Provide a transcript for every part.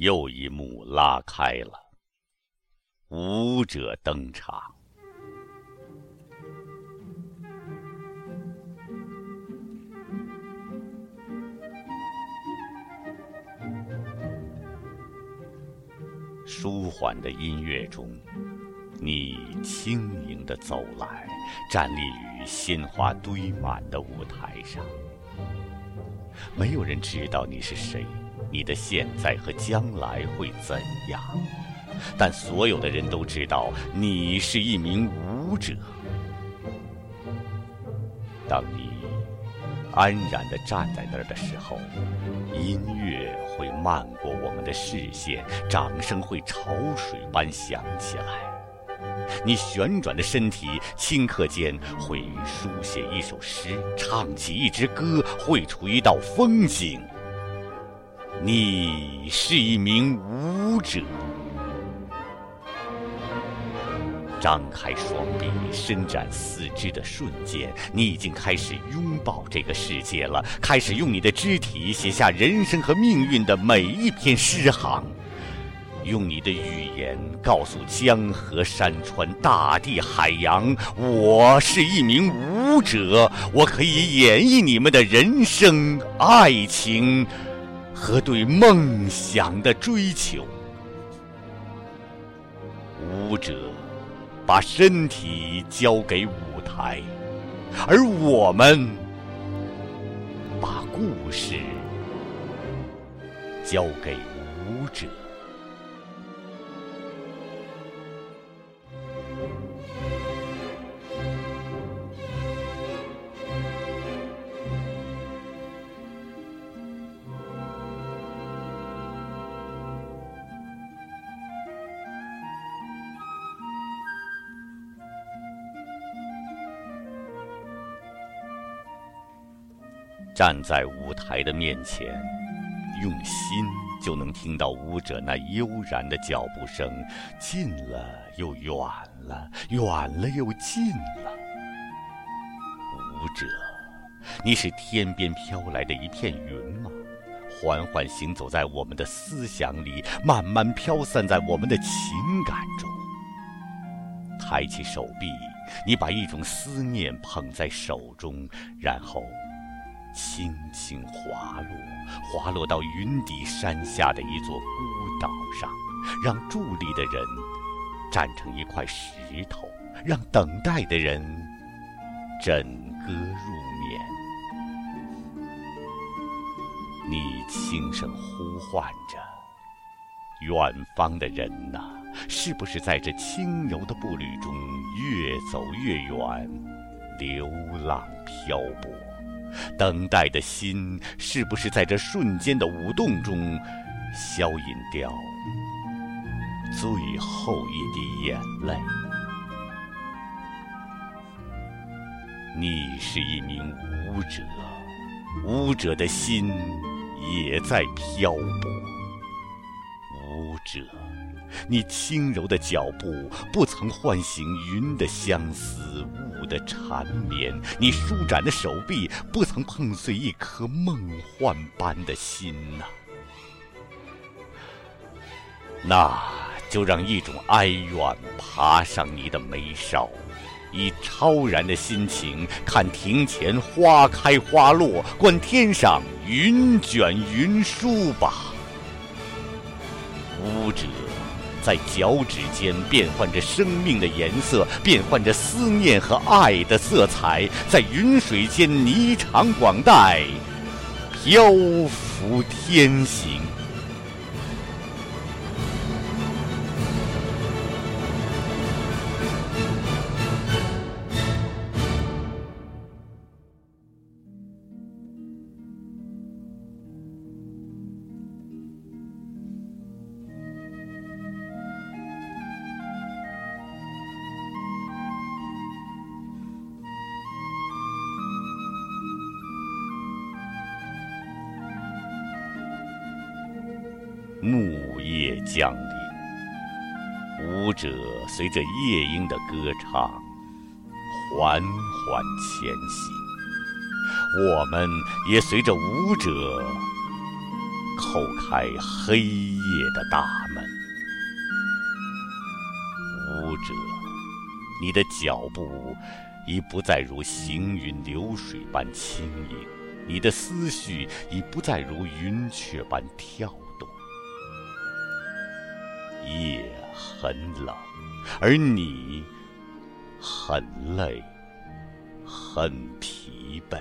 又一幕拉开了，舞者登场。舒缓的音乐中，你轻盈地走来，站立于鲜花堆满的舞台上。没有人知道你是谁，你的现在和将来会怎样，但所有的人都知道你是一名舞者。当你安然地站在那儿的时候，音乐会漫过我们的视线，掌声会潮水般响起来。你旋转的身体顷刻间会书写一首诗，唱起一支歌，绘出一道风景。你是一名舞者。张开双臂，伸展四肢的瞬间，你已经开始拥抱这个世界了，开始用你的肢体写下人生和命运的每一篇诗行，用你的语言告诉江河山川、大地海洋，我是一名舞者，我可以演绎你们的人生、爱情和对梦想的追求。舞者把身体交给舞台，而我们把故事交给舞者。站在舞台的面前，用心就能听到舞者那悠然的脚步声，近了又远了，远了又近了。舞者，你是天边飘来的一片云吗？缓缓行走在我们的思想里，慢慢飘散在我们的情感中。抬起手臂，你把一种思念捧在手中，然后轻轻滑落，滑落到云底山下的一座孤岛上，让伫立的人站成一块石头，让等待的人枕歌入眠。你轻声呼唤着，远方的人哪，是不是在这轻柔的步履中越走越远，流浪漂泊？等待的心，是不是在这瞬间的舞动中消隐掉最后一滴眼泪？你是一名舞者，舞者的心也在漂泊。舞者，你轻柔的脚步不曾唤醒云的相思，雾的缠绵，你舒展的手臂不曾碰碎一颗梦幻般的心呐。那就让一种哀怨爬上你的眉梢，以超然的心情看庭前花开花落，观天上云卷云舒吧。舞者在脚趾间变换着生命的颜色，变换着思念和爱的色彩，在云水间霓裳广带，漂浮天行。暮夜降临，舞者随着夜莺的歌唱缓缓前行，我们也随着舞者叩开黑夜的大门。舞者，你的脚步已不再如行云流水般轻盈，你的思绪已不再如云雀般跳动。夜很冷，而你很累，很疲惫。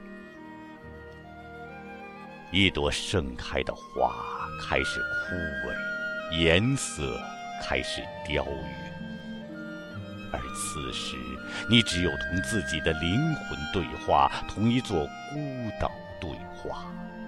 一朵盛开的花开始枯萎，颜色开始凋陨，而此时你只有同自己的灵魂对话，同一座孤岛对话。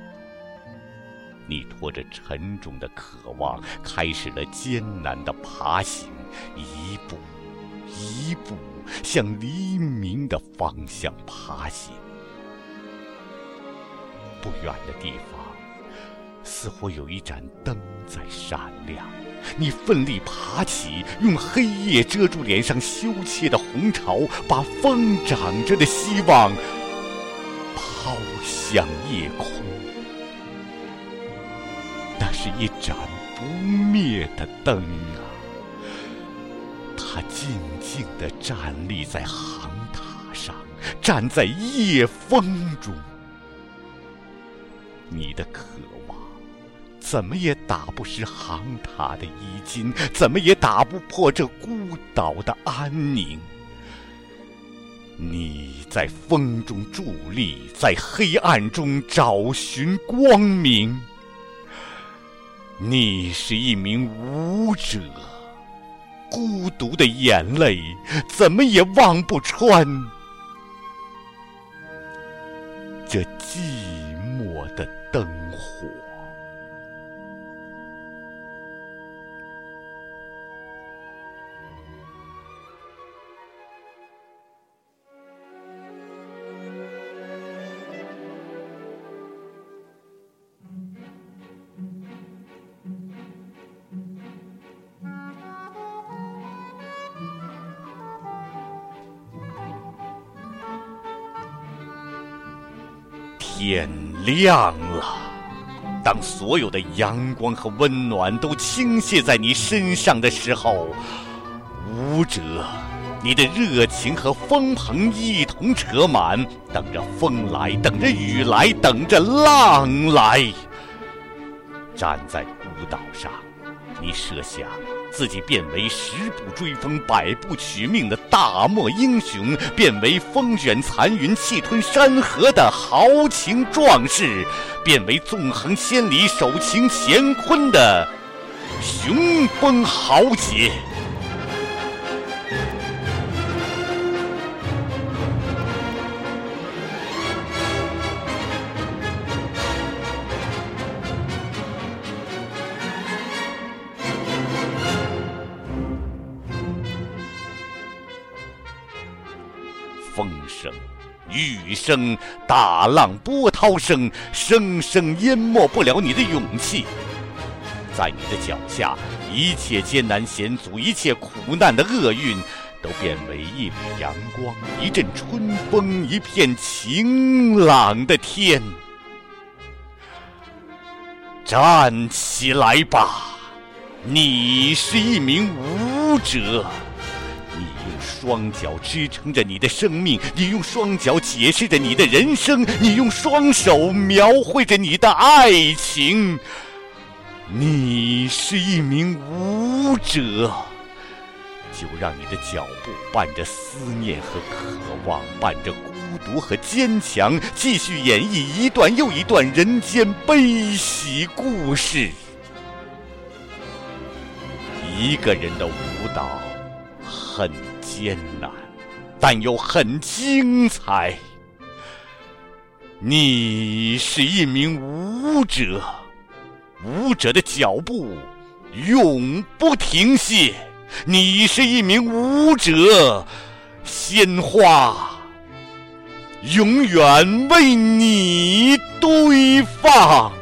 你拖着沉重的渴望，开始了艰难的爬行，一步一步向黎明的方向爬行。不远的地方，似乎有一盏灯在闪亮。你奋力爬起，用黑夜遮住脸上羞怯的红潮，把疯长着的希望抛向夜空。那是一盏不灭的灯啊，它静静地站立在航塔上，站在夜风中。你的渴望怎么也打不湿航塔的衣襟，怎么也打不破这孤岛的安宁。你在风中伫立，在黑暗中找寻光明。你是一名舞者，孤独的眼泪怎么也望不穿这寂寞的灯火。天亮了，当所有的阳光和温暖都倾泻在你身上的时候，舞者，你的热情和风鹏一同扯满，等着风来，等着雨来，等着浪来。站在孤岛上，你设想自己变为十步追风百步取命的大漠英雄，变为风卷残云气吞山河的豪情壮士，变为纵横千里手擎乾坤的雄风豪杰。风声、雨声、大浪波涛声，声声淹没不了你的勇气。在你的脚下，一切艰难险阻，一切苦难的厄运，都变为一缕阳光，一阵春风，一片晴朗的天。站起来吧，你是一名舞者。你用双脚支撑着你的生命，你用双脚解释着你的人生，你用双手描绘着你的爱情。你是一名舞者，就让你的脚步伴着思念和渴望，伴着孤独和坚强，继续演绎一段又一段人间悲喜故事。一个人的舞蹈很艰难，但又很精彩。你是一名舞者，舞者的脚步永不停歇。你是一名舞者，鲜花永远为你堆放。